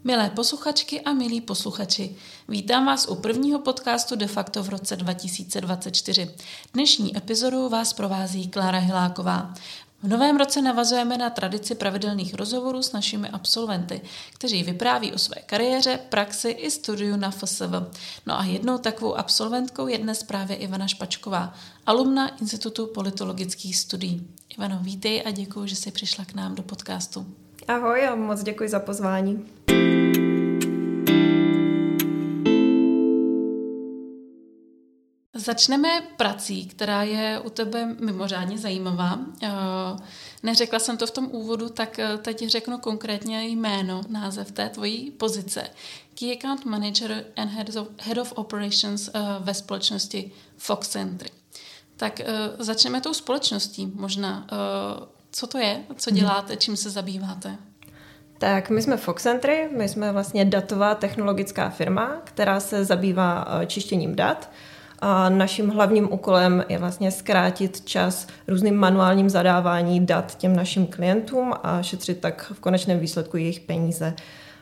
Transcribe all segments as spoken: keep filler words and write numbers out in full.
Milé posluchačky a milí posluchači, vítám vás u prvního podcastu de facto v roce dva tisíce dvacet čtyři. Dnešní epizodu vás provází Klára Hiláková. V novém roce navazujeme na tradici pravidelných rozhovorů s našimi absolventy, kteří vypráví o své kariéře, praxi i studiu na F S V. No a jednou takovou absolventkou je dnes právě Ivana Špačková, alumna Institutu politologických studií. Ivano, vítej a děkuji, že jsi přišla k nám do podcastu. Ahoj a moc děkuji za pozvání. Začneme prací, která je u tebe mimořádně zajímavá. Neřekla jsem to v tom úvodu, tak teď řeknu konkrétně jméno, název té tvojí pozice. Key Account Manager and Head of, Head of Operations ve společnosti Fox Century. Tak začneme tou společností možná. Co to je? Co děláte? Čím se zabýváte? Tak my jsme Fox Century, my jsme vlastně datová technologická firma, která se zabývá čištěním dat. A naším hlavním úkolem je vlastně zkrátit čas různým manuálním zadávání dat těm našim klientům a šetřit tak v konečném výsledku jejich peníze.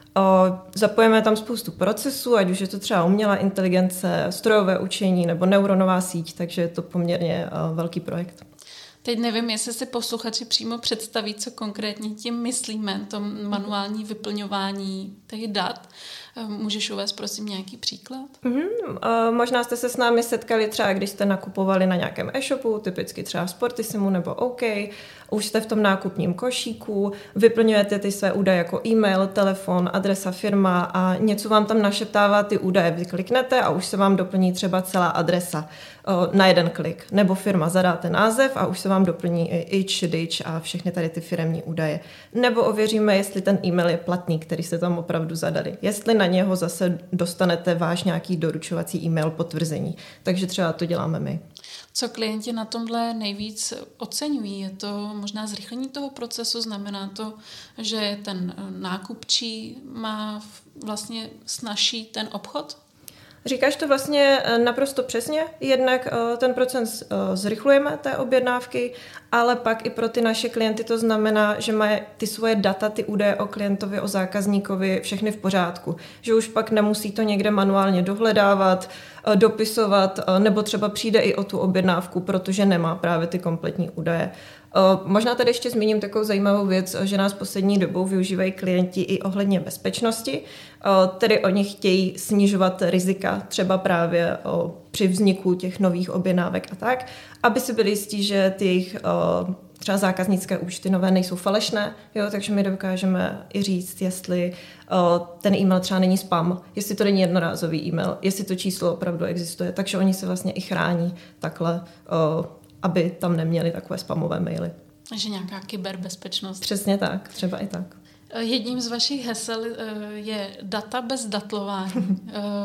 Zapojíme tam spoustu procesů, ať už je to třeba umělá inteligence, strojové učení nebo neuronová síť, takže je to poměrně velký projekt. Teď nevím, jestli si posluchači přímo představí, co konkrétně tím myslíme, to manuální vyplňování těch dat. Můžeš uvést, prosím, nějaký příklad? Mm-hmm. Uh, možná jste se s námi setkali třeba, když jste nakupovali na nějakém e-shopu, typicky třeba Sportisimu nebo OK, už jste v tom nákupním košíku, vyplňujete ty své údaje jako e-mail, telefon, adresa firma a něco vám tam našeptává ty údaje. Vy kliknete a už se vám doplní třeba celá adresa uh, na jeden klik. Nebo firma zadáte název a už se vám doplní i ič, dič a všechny tady ty firemní údaje. Nebo ověříme, jestli ten e-mail je platný, který jste tam opravdu zadali. Jestli na něho zase dostanete váš nějaký doručovací e-mail potvrzení. Takže třeba to děláme my. Co klienti na tomhle nejvíc oceňují? Je to možná zrychlení toho procesu? Znamená to, že ten nákupčí má vlastně snazší ten obchod? Říkáš to vlastně naprosto přesně. Jednak ten proces zrychlujeme té objednávky, ale pak i pro ty naše klienty to znamená, že mají ty svoje data, ty údaje o klientovi, o zákazníkovi všechny v pořádku. Že už pak nemusí to někde manuálně dohledávat, dopisovat, nebo třeba přijde i o tu objednávku, protože nemá právě ty kompletní údaje. Možná tady ještě zmíním takovou zajímavou věc, že nás poslední dobou využívají klienti i ohledně bezpečnosti, tedy oni chtějí snižovat rizika třeba právě při vzniku těch nových objednávek a tak, aby si byli jistí, že ty jejich třeba zákaznické účty nové nejsou falešné, jo, takže my dokážeme i říct, jestli ten e-mail třeba není spam, jestli to není jednorázový e-mail, jestli to číslo opravdu existuje, takže oni se vlastně i chrání takhle, aby tam neměli takové spamové maily. Takže nějaká kyberbezpečnost. Přesně tak, třeba i tak. Jedním z vašich hesel je data bez datlování.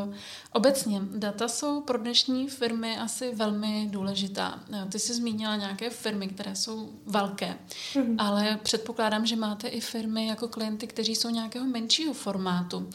Obecně data jsou pro dnešní firmy asi velmi důležitá. Ty jsi zmínila nějaké firmy, které jsou velké, mm-hmm. ale předpokládám, že máte i firmy jako klienty, kteří jsou nějakého menšího formátu.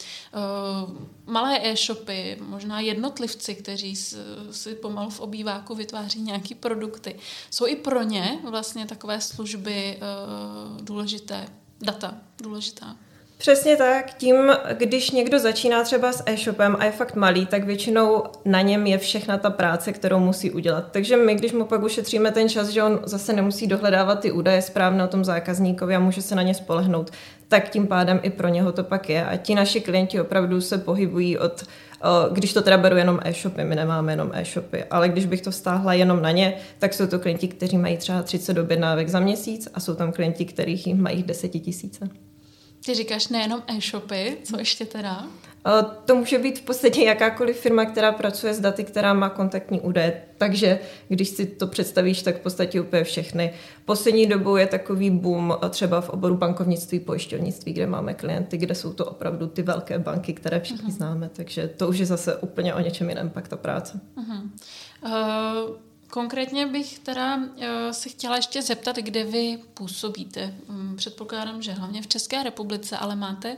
Malé e-shopy, možná jednotlivci, kteří si pomalu v obýváku vytváří nějaké produkty. Jsou i pro ně vlastně takové služby důležité. Data důležitá. Přesně tak. Tím, když někdo začíná třeba s e-shopem a je fakt malý, tak většinou na něm je všechna ta práce, kterou musí udělat. Takže my, když mu pak ušetříme ten čas, že on zase nemusí dohledávat ty údaje správně o tom zákazníkovi a může se na ně spolehnout, tak tím pádem i pro něho to pak je. A ti naši klienti opravdu se pohybují od, když to teda beru jenom e-shopy, my nemáme jenom e-shopy, ale když bych to vztáhla jenom na ně, tak jsou to klienti, kteří mají třeba třicet objednávek za měsíc a jsou tam klienti, kterých jim mají desetitisíce. Ty říkáš nejenom e-shopy, co ještě teda? To může být v podstatě jakákoliv firma, která pracuje s daty, která má kontaktní údaje. Takže když si to představíš, tak v podstatě úplně všechny. Poslední dobou je takový boom třeba v oboru bankovnictví, pojišťovnictví, kde máme klienty, kde jsou to opravdu ty velké banky, které všichni uh-huh. známe. Takže to už je zase úplně o něčem jiném pak ta práce. Uh-huh. Uh... Konkrétně bych teda uh, se chtěla ještě zeptat, kde vy působíte. Um, předpokládám, že hlavně v České republice, ale máte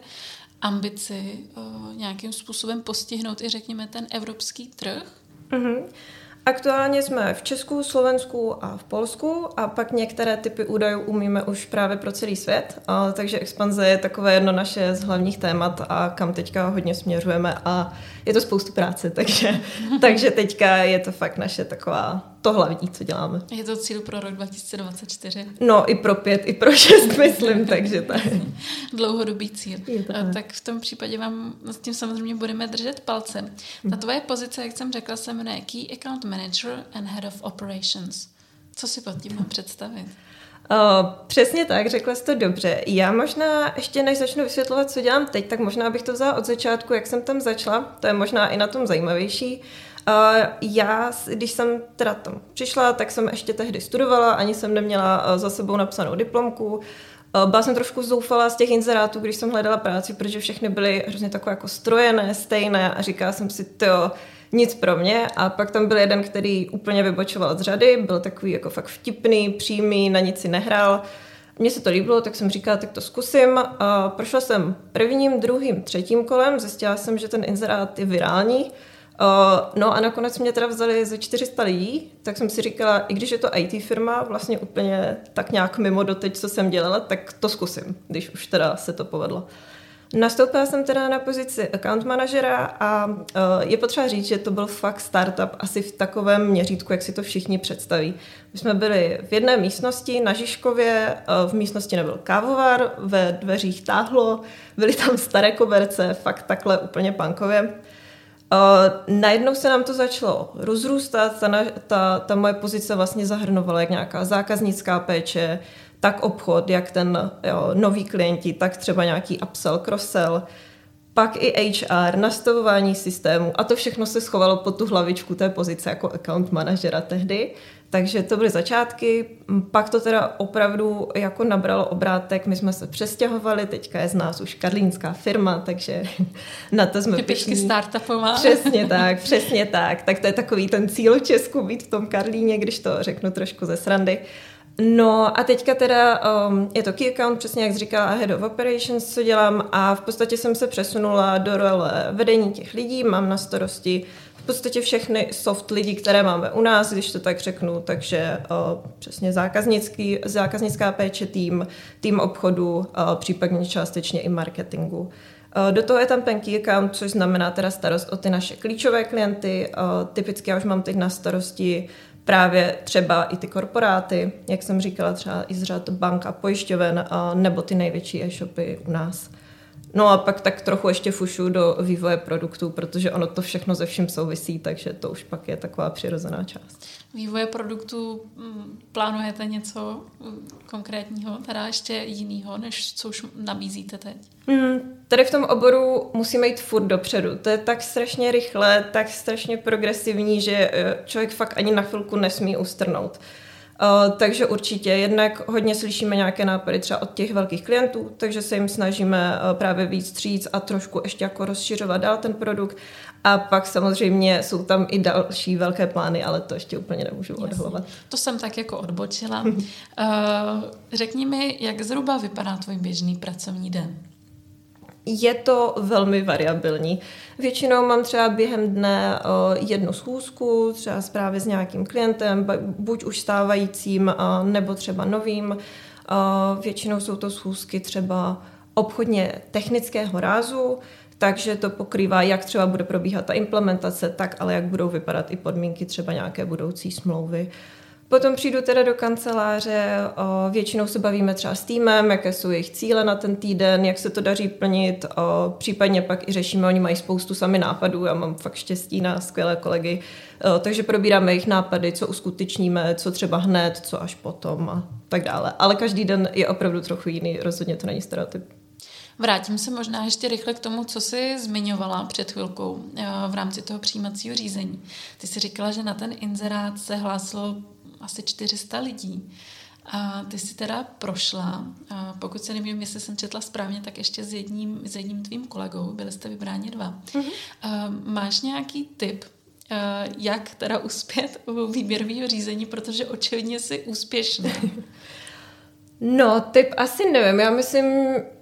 ambici uh, nějakým způsobem postihnout i řekněme ten evropský trh? Mm-hmm. Aktuálně jsme v Česku, Slovensku a v Polsku a pak některé typy údajů umíme už právě pro celý svět, a, takže expanze je takové jedno naše z hlavních témat a kam teďka hodně směřujeme a je to spoustu práce, takže, takže teďka je to fakt naše taková to hlavní, co děláme. Je to cíl pro rok dva tisíce dvacet čtyři? No i pro pět, i pro šest, myslím, takže tak. Dlouhodobý cíl. To tak. tak v tom případě vám s tím samozřejmě budeme držet palce. Ta tvoje pozice, jak jsem řekla, se jmenuje Key Account Manager and Head of Operations. Co si pod tím mám představit? Uh, přesně tak, řekla jsi to dobře. Já možná ještě než začnu vysvětlovat, co dělám teď, tak možná bych to vzala od začátku, jak jsem tam začala. To je možná i na tom zajímavější. Uh, já, když jsem teda tam přišla, tak jsem ještě tehdy studovala, ani jsem neměla uh, za sebou napsanou diplomku. Uh, byla jsem trošku zoufalá z těch inzerátů, když jsem hledala práci, protože všechny byly hrozně takové jako strojené, stejné a říkala jsem si, to nic pro mě. A pak tam byl jeden, který úplně vybočoval z řady, byl takový jako fakt vtipný, přímý, na nic si nehrál. Mně se to líbilo, tak jsem říkala, tak to zkusím. A prošla jsem prvním, druhým, třetím kolem, zjistila jsem, že ten inzerát je virální. Uh, no a nakonec mě teda vzali ze čtyři sta lidí, tak jsem si říkala, i když je to í té firma, vlastně úplně tak nějak mimo doteď, co jsem dělala, tak to zkusím, když už teda se to povedlo. Nastoupila jsem teda na pozici account manažera a uh, je potřeba říct, že to byl fakt startup asi v takovém měřítku, jak si to všichni představí. My jsme byli v jedné místnosti na Žižkově, uh, v místnosti nebyl kávovar, ve dveřích táhlo, byly tam staré koberce, fakt takhle úplně punkově. Uh, najednou se nám to začalo rozrůstat, ta, ta, ta moje pozice vlastně zahrnovala jak nějaká zákaznická péče, tak obchod, jak ten jo, nový klienti, tak třeba nějaký upsell, cross-sell, pak i há er, nastavování systému a to všechno se schovalo pod tu hlavičku té pozice jako account manažera tehdy. Takže to byly začátky, pak to teda opravdu jako nabralo obrátek, my jsme se přestěhovali, teďka je z nás už karlínská firma, takže na to jsme typicky startupová. Přesně tak, přesně tak, tak to je takový ten cíl Česku být v tom Karlíně, když to řeknu trošku ze srandy. No a teďka teda um, je to key account, přesně jak jsi říkala, head of operations, co dělám a v podstatě jsem se přesunula do role vedení těch lidí, mám na starosti v podstatě všechny soft lidi, které máme u nás, když to tak řeknu, takže uh, přesně zákaznický, zákaznická péče, tým, tým obchodu, uh, případně částečně i marketingu. Uh, do toho je tam ten key account, což znamená teda starost o ty naše klíčové klienty. Uh, typicky já už mám teď na starosti právě třeba i ty korporáty, jak jsem říkala, třeba i z řad bank a pojišťoven, uh, nebo ty největší e-shopy u nás. No a pak tak trochu ještě fušu do vývoje produktů, protože ono to všechno ze vším souvisí, takže to už pak je taková přirozená část. Vývoje produktů, plánujete něco konkrétního, teda ještě jinýho, než co už nabízíte teď? Hmm, tady v tom oboru musíme jít furt dopředu. To je tak strašně rychle, tak strašně progresivní, že člověk fakt ani na chvilku nesmí ustrnout. Uh, takže určitě jednak hodně slyšíme nějaké nápady třeba od těch velkých klientů, takže se jim snažíme uh, právě víc stříc a trošku ještě jako rozšiřovat dál ten produkt. A pak samozřejmě jsou tam i další velké plány, ale to ještě úplně nemůžu odhalovat. To jsem tak jako odbočila. uh, řekni mi, jak zhruba vypadá tvůj běžný pracovní den? Je to velmi variabilní. Většinou mám třeba během dne uh, jednu schůzku, třeba právě s nějakým klientem, buď už stávajícím, uh, nebo třeba novým. Uh, většinou jsou to schůzky třeba obchodně technického rázu, takže to pokrývá, jak třeba bude probíhat ta implementace, tak ale jak budou vypadat i podmínky třeba nějaké budoucí smlouvy. Potom přijdu teda do kanceláře, o, většinou se bavíme třeba s týmem, jaké jsou jejich cíle na ten týden, jak se to daří plnit, o, případně pak i řešíme, oni mají spoustu sami nápadů, já mám fakt štěstí na skvělé kolegy, o, takže probíráme jejich nápady, co uskutečníme, co třeba hned, co až potom a tak dále. Ale každý den je opravdu trochu jiný, rozhodně to není stereotyp. Vrátím se možná ještě rychle k tomu, co jsi zmiňovala před chvilkou v rámci toho přijímacího řízení. Ty jsi říkala, že na ten inzerát se hlásilo asi čtyři sta lidí. A ty jsi teda prošla, a pokud se nevím, jestli jsem četla správně, tak ještě s jedním, s jedním tvým kolegou, byli jste vybráni dva. Mm-hmm. A máš nějaký tip, jak teda uspět u výběrového řízení, protože očividně jsi úspěšná? No, typ asi nevím. Já myslím,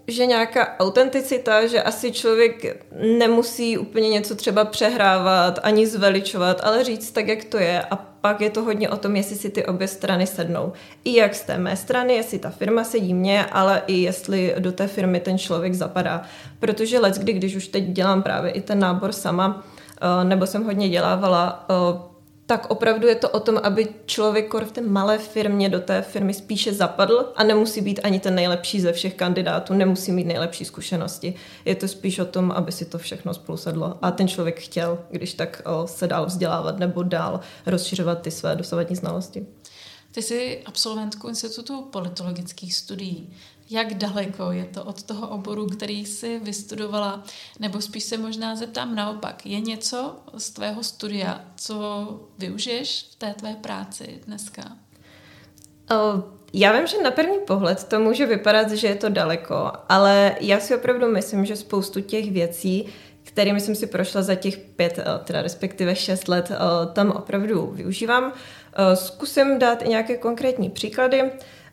že nějaká autenticita, že asi člověk nemusí úplně něco třeba přehrávat, ani zveličovat, ale říct tak, jak to je a pak je to hodně o tom, jestli si ty obě strany sednou. I jak z té mé strany, jestli ta firma sedí mně, ale i jestli do té firmy ten člověk zapadá. Protože leckdy, když už teď dělám právě i ten nábor sama, nebo jsem hodně dělávala, tak opravdu je to o tom, aby člověk v té malé firmě do té firmy spíše zapadl a nemusí být ani ten nejlepší ze všech kandidátů, nemusí mít nejlepší zkušenosti. Je to spíš o tom, aby si to všechno spolu sedlo a ten člověk chtěl, když tak se dál vzdělávat nebo dál rozšiřovat ty své dosavadní znalosti. Ty jsi absolventkou Institutu politologických studií. Jak daleko je to od toho oboru, který jsi vystudovala? Nebo spíš se možná zeptám naopak. Je něco z tvého studia, co využiješ v té tvé práci dneska? Já vím, že na první pohled to může vypadat, že je to daleko, ale já si opravdu myslím, že spoustu těch věcí, kterými jsem si prošla za těch pět, teda respektive šest let, tam opravdu využívám. Zkusím dát i nějaké konkrétní příklady.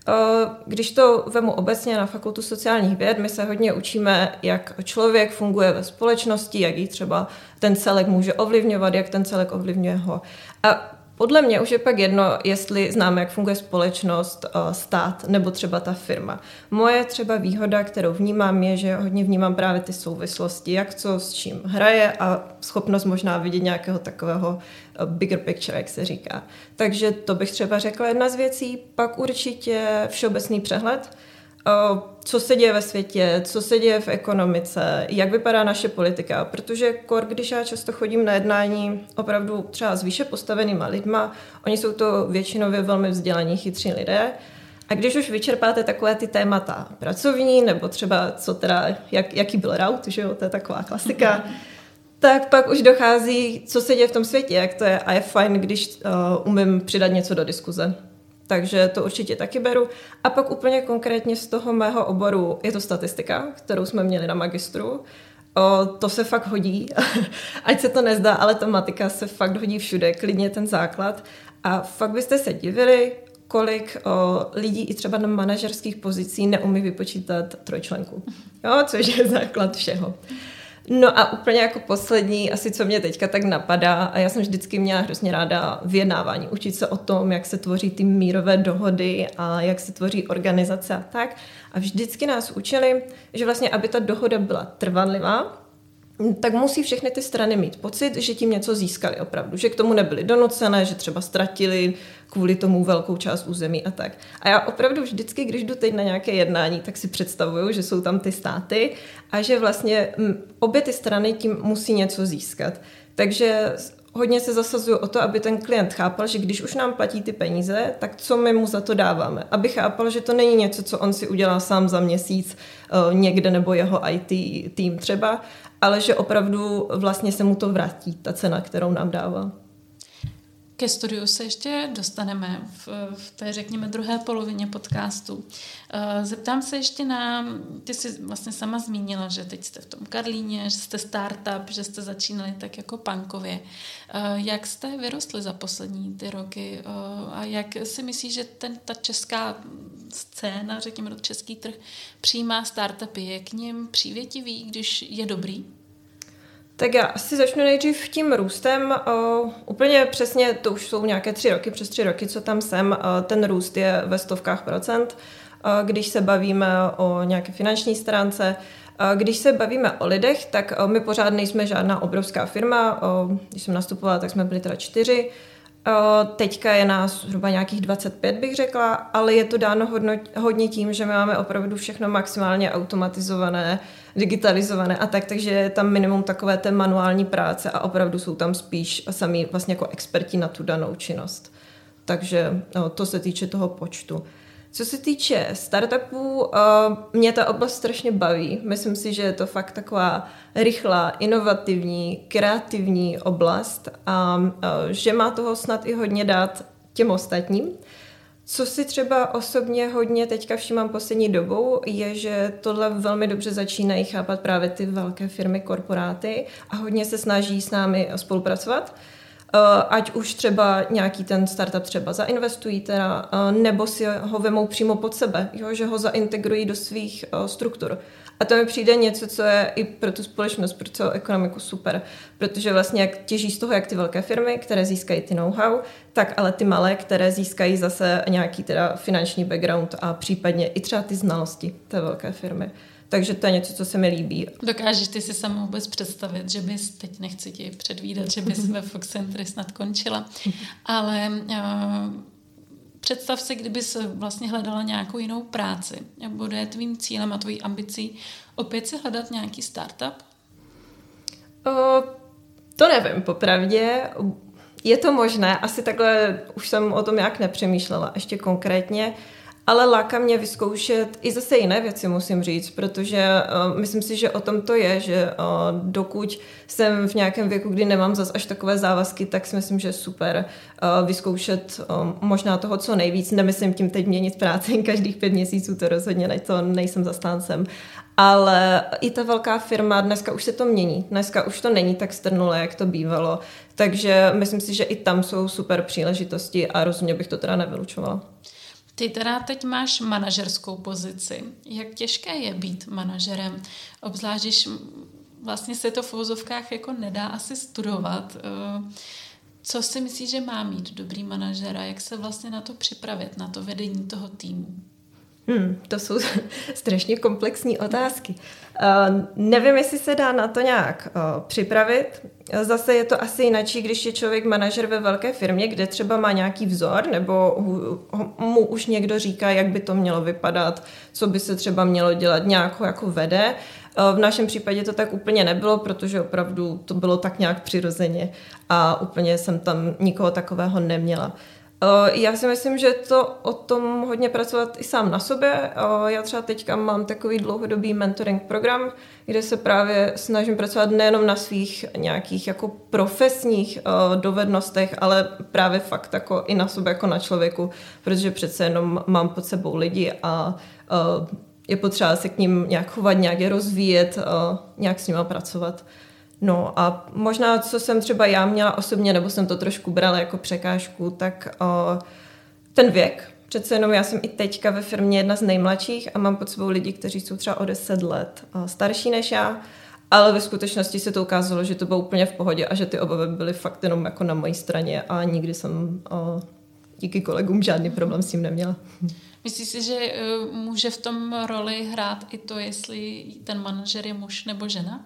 Když to vemu obecně na Fakultu sociálních věd, my se hodně učíme, jak člověk funguje ve společnosti, jak ji třeba ten celek může ovlivňovat, jak ten celek ovlivňuje ho. A podle mě už je pak jedno, jestli známe, jak funguje společnost, stát nebo třeba ta firma. Moje třeba výhoda, kterou vnímám, je, že hodně vnímám právě ty souvislosti, jak co s čím hraje a schopnost možná vidět nějakého takového bigger picture, jak se říká. Takže to bych třeba řekla jedna z věcí. Pak určitě všeobecný přehled, co se děje ve světě, co se děje v ekonomice, jak vypadá naše politika, protože kor, když já často chodím na jednání opravdu třeba s výše postavenýma lidma, oni jsou to většinově velmi vzdělaní, chytří lidé, a když už vyčerpáte takové ty témata pracovní, nebo třeba co teda, jak, jaký byl raut, že jo, to je taková klasika, tak pak už dochází, co se děje v tom světě, jak to je, a je fajn, když uh, umím přidat něco do diskuze. Takže to určitě taky beru. A pak úplně konkrétně z toho mého oboru je to statistika, kterou jsme měli na magistru. O, to se fakt hodí, ať se to nezdá, ale ta matika se fakt hodí všude, klidně ten základ. A fakt byste se divili, kolik o, lidí i třeba na manažerských pozicích neumí vypočítat trojčlenku. Jo, což je základ všeho. No a úplně jako poslední, asi co mě teďka tak napadá, a já jsem vždycky měla hrozně ráda vyjednávání, učit se o tom, jak se tvoří ty mírové dohody a jak se tvoří organizace a tak. A vždycky nás učili, že vlastně, aby ta dohoda byla trvanlivá, tak musí všechny ty strany mít pocit, že tím něco získali opravdu, že k tomu nebyly donucené, že třeba ztratili kvůli tomu velkou část území a tak. A já opravdu vždycky, když jdu teď na nějaké jednání, tak si představuju, že jsou tam ty státy a že vlastně obě ty strany tím musí něco získat. Takže hodně se zasazuju o to, aby ten klient chápal, že když už nám platí ty peníze, tak co my mu za to dáváme. Aby chápal, že to není něco, co on si udělá sám za měsíc někde nebo jeho í té tým třeba, ale že opravdu vlastně se mu to vrátí, ta cena, kterou nám dává. Ke studiu se ještě dostaneme v, v té, řekněme, druhé polovině podcastu. Zeptám se ještě na, ty jsi vlastně sama zmínila, že teď jste v tom Karlíně, že jste startup, že jste začínali tak jako punkově. Jak jste vyrostli za poslední ty roky a jak si myslíš, že ten, ta česká scéna, řekněme, český trh přijímá startupy? Je k nim přívětivý, když je dobrý? Tak já asi začnu nejdřív tím růstem. O, úplně přesně, to už jsou nějaké tři roky, přes tři roky, co tam jsem. O, ten růst je ve stovkách procent. O, když se bavíme o nějaké finanční stránce, o, když se bavíme o lidech, tak o, my pořád nejsme žádná obrovská firma. O, když jsem nastupovala, tak jsme byli teda čtyři. O, teďka je nás zhruba nějakých dvacet pět, bych řekla, ale je to dáno hodno, hodně tím, že my máme opravdu všechno maximálně automatizované, digitalizované a tak, takže je tam minimum takové té manuální práce a opravdu jsou tam spíš sami vlastně jako experti na tu danou činnost. Takže no, to se týče toho počtu. Co se týče startupů, mě ta oblast strašně baví. Myslím si, že je to fakt taková rychlá, inovativní, kreativní oblast a že má toho snad i hodně dát těm ostatním. Co si třeba osobně hodně teďka všímám poslední dobou, je, že tohle velmi dobře začínají chápat právě ty velké firmy, korporáty a hodně se snaží s námi spolupracovat. ať už třeba nějaký ten startup třeba zainvestují teda, nebo si ho vemou přímo pod sebe, jo, že ho zaintegrují do svých struktur. A to mi přijde něco, co je i pro tu společnost, pro celou ekonomiku super, protože vlastně jak těží z toho jak ty velké firmy, které získají ty know-how, tak ale ty malé, které získají zase nějaký teda finanční background a případně i třeba ty znalosti té velké firmy. Takže to je něco, co se mi líbí. Dokážeš ty si sama vůbec představit, že bys, teď nechci ti předvídat, že bys ve Fox Century snad končila, ale uh, představ si, kdyby se vlastně hledala nějakou jinou práci. Bude tvým cílem a tvojí ambicí opět si hledat nějaký startup? O, to nevím, popravdě. Je to možné, asi takhle už jsem o tom jak nepřemýšlela ještě konkrétně, ale láká mě vyzkoušet i zase jiné věci, musím říct, protože uh, myslím si, že o tom to je, že uh, dokud jsem v nějakém věku, kdy nemám zas až takové závazky, tak si myslím, že je super uh, vyzkoušet uh, možná toho, co nejvíc. Nemyslím tím teď měnit práci každých pět měsíců, to rozhodně ne, to nejsem zastáncem. Ale i ta velká firma, dneska už se to mění. Dneska už to není tak strnulé, jak to bývalo. Takže myslím si, že i tam jsou super příležitosti a rozhodně bych to teda nevylučovala. Ty teda teď máš manažerskou pozici. Jak těžké je být manažerem? Obzvlášť, když vlastně se to v uvozovkách jako nedá asi studovat. Co si myslíš, že má mít dobrý manažer a jak se vlastně na to připravit, na to vedení toho týmu? Hmm, to jsou strašně komplexní otázky. Uh, nevím, jestli se dá na to nějak uh, připravit. Zase je to asi jináčí, když je člověk manažer ve velké firmě, kde třeba má nějaký vzor, nebo mu už někdo říká, jak by to mělo vypadat, co by se třeba mělo dělat, nějak ho jako vede. Uh, v našem případě to tak úplně nebylo, protože opravdu to bylo tak nějak přirozeně a úplně jsem tam nikoho takového neměla. Já si myslím, že to o tom hodně pracovat i sám na sobě. Já třeba teďka mám takový dlouhodobý mentoring program, kde se právě snažím pracovat nejenom na svých nějakých jako profesních dovednostech, ale právě fakt jako i na sobě jako na člověku, protože přece jenom mám pod sebou lidi a je potřeba se k ním nějak chovat, nějak je rozvíjet, nějak s nimi pracovat. No a možná, co jsem třeba já měla osobně, nebo jsem to trošku brala jako překážku, tak o, ten věk. Přece jenom já jsem i teďka ve firmě jedna z nejmladších a mám pod sebou lidi, kteří jsou třeba o deset let o, starší než já, ale ve skutečnosti se to ukázalo, že to bylo úplně v pohodě a že ty obavy byly fakt jenom jako na mojí straně a nikdy jsem o, díky kolegům žádný problém s tím neměla. Myslíš si, že uh, může v tom roli hrát i to, jestli ten manažer je muž nebo žena?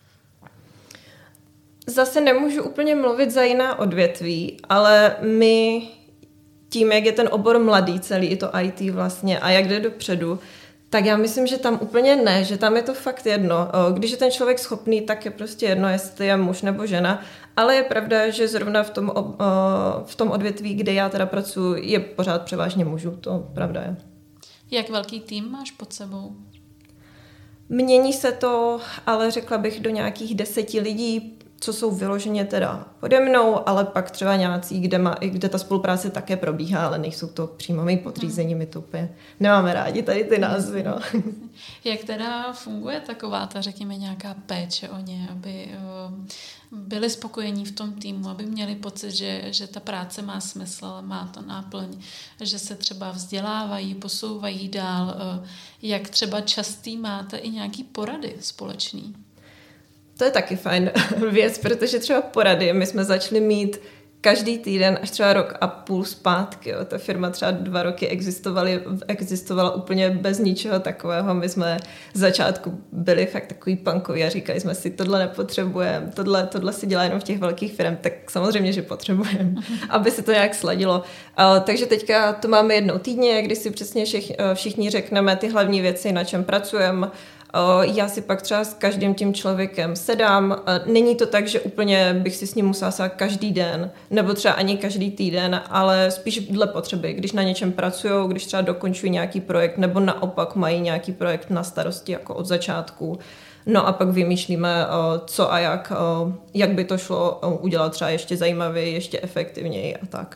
Zase nemůžu úplně mluvit za jiná odvětví, ale my tím, jak je ten obor mladý celý, i to í té vlastně a jak jde dopředu, tak já myslím, že tam úplně ne, že tam je to fakt jedno. Když je ten člověk schopný, tak je prostě jedno, jestli je muž nebo žena, ale je pravda, že zrovna v tom, v tom odvětví, kde já teda pracuji, je pořád převážně mužů, to pravda je. Jak velký tým máš pod sebou? Mění se to, ale řekla bych do nějakých deseti lidí, co jsou vyloženě teda pode mnou, ale pak třeba nějací, kde, má, kde ta spolupráce také probíhá, ale nejsou to přímo mý podřízení, my to úplně nemáme rádi tady ty názvy. No. Jak teda funguje taková ta, řekněme, nějaká péče o ně, aby byli spokojení v tom týmu, aby měli pocit, že, že ta práce má smysl, má to náplň, že se třeba vzdělávají, posouvají dál, jak třeba častý máte i nějaký porady společný? To je taky fajn věc, protože třeba porady my jsme začali mít každý týden až třeba rok a půl zpátky. Jo. Ta firma třeba dva roky existovala úplně bez ničeho takového. My jsme z začátku byli fakt takový punkoví a říkali jsme si, tohle nepotřebujeme, tohle, tohle si dělá jenom v těch velkých firm, tak samozřejmě, že potřebujeme, aby se to nějak sladilo. Uh, takže teďka to máme jednou týdně, kdy si přesně všich, uh, všichni řekneme ty hlavní věci, na čem pracujeme. Já si pak třeba s každým tím člověkem sedám. Není to tak, že úplně bych si s ním musela sát každý den, nebo třeba ani každý týden, ale spíš dle potřeby, když na něčem pracují, když třeba dokončují nějaký projekt, nebo naopak mají nějaký projekt na starosti jako od začátku. No a pak vymýšlíme, co a jak, jak by to šlo udělat třeba ještě zajímavěji, ještě efektivněji a tak.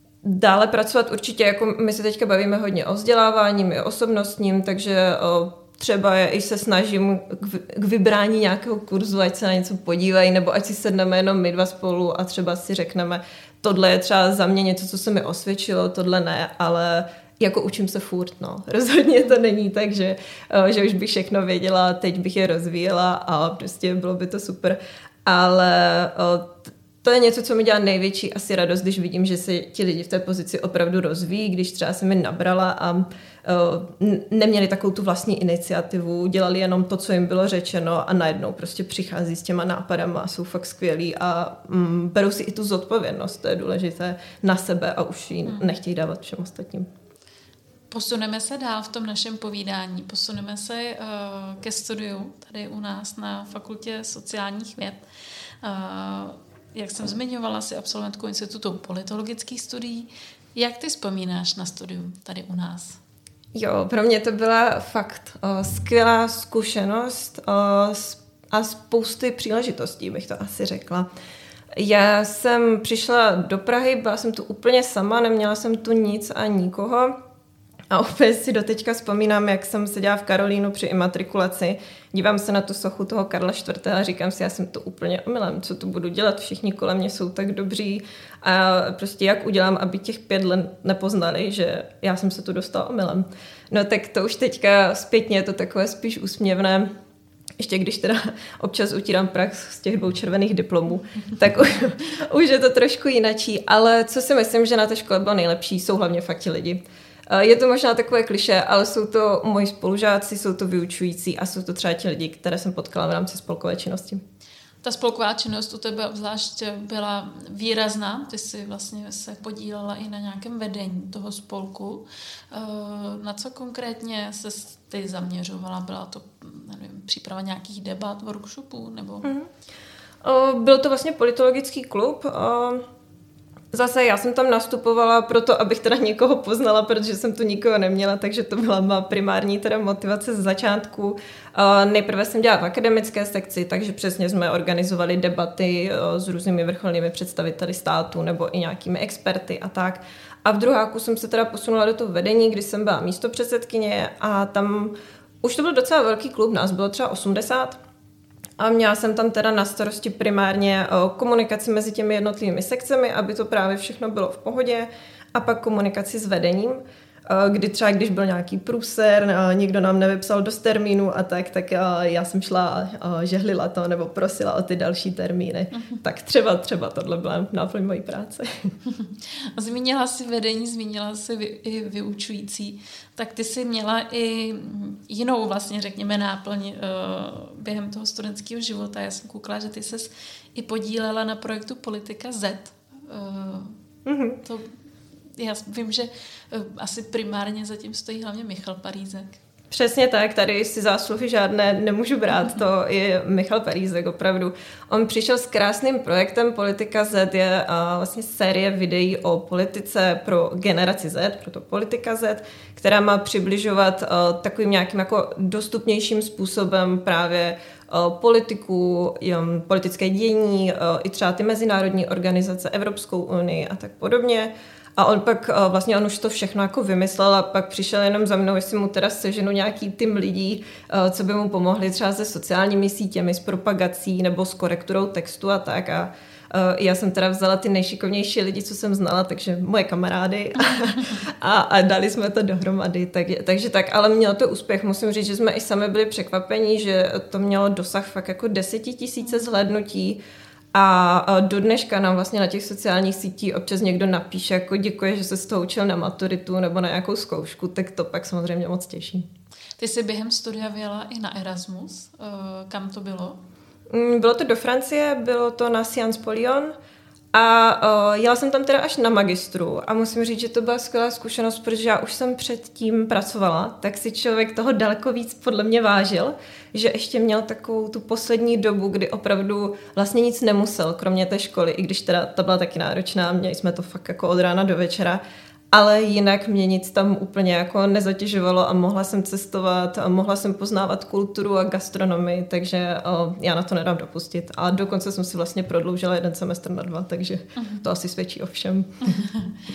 Dále pracovat určitě, jako my se teďka bavíme hodně o vzdělávání, i osobnostním, takže třeba i se snažím k vybrání nějakého kurzu, ať se na něco podívají, nebo ať si sedneme jenom my dva spolu a třeba si řekneme, tohle je třeba za mě něco, co se mi osvědčilo, tohle ne, ale jako učím se furt, no. Rozhodně to není tak, že, že už bych všechno věděla, teď bych je rozvíjela a prostě bylo by to super, ale to je něco, co mi dělá největší asi radost, když vidím, že se ti lidi v té pozici opravdu rozvíjí, když třeba jsem mi nabrala a uh, neměli takovou tu vlastní iniciativu, dělali jenom to, co jim bylo řečeno a najednou prostě přichází s těma nápadama a jsou fakt skvělí a um, berou si i tu zodpovědnost, to je důležité, na sebe a už ji hmm. nechtějí dávat všem ostatním. Posuneme se dál v tom našem povídání. Posuneme se uh, ke studiu tady u nás na Fakultě sociálních věd. Uh, Jak jsem zmiňovala, si absolventkou Institutu politologických studií. Jak ty vzpomínáš na studium tady u nás? Jo, pro mě to byla fakt o, skvělá zkušenost o, a spousty příležitostí, bych to asi řekla. Já jsem přišla do Prahy, byla jsem tu úplně sama, neměla jsem tu nic a nikoho. A opět si doteďka vzpomínám, jak jsem seděla v Karolínu při imatrikulaci, dívám se na tu sochu toho Karla čtvrtého a říkám si, já jsem to úplně omylem, co tu budu dělat, všichni kolem mě jsou tak dobří a prostě jak udělám, aby těch pět let nepoznali, že já jsem se tu dostala omylem. No tak to už teďka zpětně je to takové spíš úsměvné, ještě když teda občas utírám prach z těch dvou červených diplomů, tak už, už je to trošku jinačí, ale co si myslím, že na té škole bylo nejlepší, jsou hlavně fakt ti lidi. Je to možná takové klišé, ale jsou to moji spolužáci, jsou to vyučující a jsou to třeba ti lidi, které jsem potkala v rámci spolkové činnosti. Ta spolková činnost u tebe obzvlášť byla výrazná. Ty jsi vlastně se podílela i na nějakém vedení toho spolku. Na co konkrétně se ty zaměřovala? Byla to, nevím, příprava nějakých debat, workshopů? Nebo... Mm-hmm. Byl to vlastně politologický klub. Zase já jsem tam nastupovala proto, abych teda někoho poznala, protože jsem tu nikoho neměla, takže to byla má primární teda motivace z začátku. Uh, nejprve jsem dělala v akademické sekci, takže přesně jsme organizovali debaty uh, s různými vrcholnými představiteli státu nebo i nějakými experty a tak. A v druháku jsem se teda posunula do toho vedení, kdy jsem byla místopředsedkyně a tam už to byl docela velký klub, nás bylo třeba osmdesát. A měla jsem tam teda na starosti primárně komunikaci mezi těmi jednotlivými sekcemi, aby to právě všechno bylo v pohodě a pak komunikaci s vedením, kdy třeba když byl nějaký průser, někdo nám nevypsal dost termínů a tak, tak já jsem šla a žehlila to nebo prosila o ty další termíny. Uh-huh. Tak třeba, třeba tohle byla náplň mojí práce. Zmínila jsi vedení, zmínila jsi vy, i vyučující, tak ty jsi měla i jinou vlastně, řekněme, náplň uh, během toho studentského života. Já jsem koukala, že ty ses i podílela na projektu Politika Z. Uh, uh-huh. To Já vím, že asi primárně zatím stojí hlavně Michal Parízek. Přesně tak, tady si zásluhy žádné nemůžu brát, to je Michal Parízek, opravdu. On přišel s krásným projektem Politika Z, je uh, vlastně série videí o politice pro generaci Z, proto Politika Z, která má přibližovat uh, takovým nějakým jako dostupnějším způsobem právě uh, politiku, um, politické dění, uh, i třeba ty mezinárodní organizace, Evropskou unii a tak podobně. A on pak, vlastně on už to všechno jako vymyslel a pak přišel jenom za mnou, jestli mu teda seženu nějaký tým lidí, co by mu pomohli třeba se sociálními sítěmi, s propagací nebo s korekturou textu a tak. A já jsem teda vzala ty nejšikovnější lidi, co jsem znala, takže moje kamarády a, a dali jsme to dohromady. Tak, takže tak, ale mělo to úspěch. Musím říct, že jsme i sami byli překvapení, že to mělo dosah fakt jako desetitisíce zhlédnutí. A do dneška nám vlastně na těch sociálních sítích občas někdo napíše, jako děkuje, že se z toho učil na maturitu nebo na nějakou zkoušku, tak to pak samozřejmě moc těší. Ty jsi během studia vyjela i na Erasmus. Kam to bylo? Bylo to do Francie, bylo to na Sciences Po Lyon a uh, jela jsem tam teda až na magistru a musím říct, že to byla skvělá zkušenost, protože já už jsem předtím pracovala, tak si člověk toho daleko víc podle mě vážil, že ještě měl takovou tu poslední dobu, kdy opravdu vlastně nic nemusel, kromě té školy, i když teda ta byla taky náročná, měli jsme to fakt jako od rána do večera, ale jinak mě nic tam úplně jako nezatěžovalo a mohla jsem cestovat a mohla jsem poznávat kulturu a gastronomii, takže o, já na to nedám dopustit. A dokonce jsem si vlastně prodloužila jeden semestr na dva, takže to asi svědčí o všem.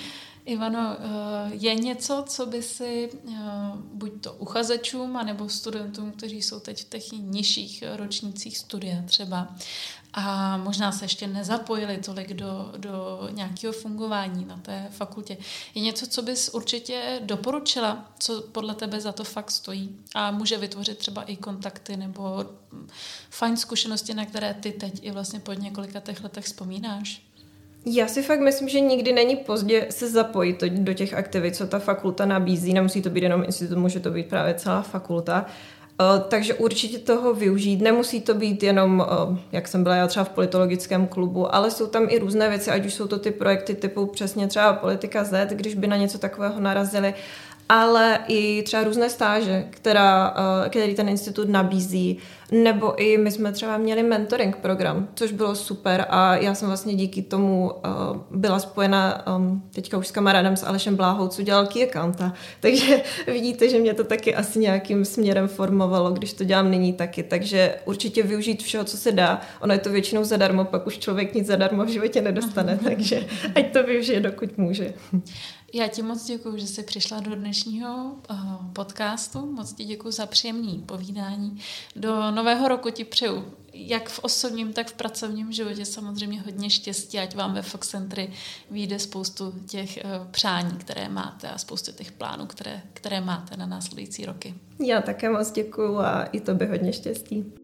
Ivano, je něco, co by si buď to uchazečům, anebo studentům, kteří jsou teď v těch nižších ročnících studia třeba, a možná se ještě nezapojili tolik do, do nějakého fungování na té fakultě. Je něco, co bys určitě doporučila, co podle tebe za to fakt stojí a může vytvořit třeba i kontakty nebo fajn zkušenosti, na které ty teď i vlastně po několika těch letech vzpomínáš? Já si fakt myslím, že nikdy není pozdě se zapojit do těch aktivit, co ta fakulta nabízí. Nemusí to být jenom institut, může to být právě celá fakulta. Uh, takže určitě toho využít. Nemusí to být jenom, uh, jak jsem byla já třeba v politologickém klubu, ale jsou tam i různé věci, ať už jsou to ty projekty typu přesně třeba Politika Z, když by na něco takového narazili, ale i třeba různé stáže, která, uh, který ten institut nabízí, nebo i my jsme třeba měli mentoring program, což bylo super a já jsem vlastně díky tomu uh, byla spojena um, teďka už s kamarádem s Alešem Bláhou, co dělal key accounta, takže vidíte, že mě to taky asi nějakým směrem formovalo, když to dělám nyní taky, takže určitě využít všeho, co se dá, ono je to většinou zadarmo, pak už člověk nic zadarmo v životě nedostane, takže ať to využije, dokud může. Já ti moc děkuju, že jsi přišla do dnešního podcastu. Moc ti děkuju za příjemné povídání. Do nového roku ti přeju jak v osobním, tak v pracovním životě samozřejmě hodně štěstí, ať vám ve Fox Century vyjde spoustu těch přání, které máte a spoustu těch plánů, které, které máte na následující roky. Já také moc děkuju a i tobě hodně štěstí.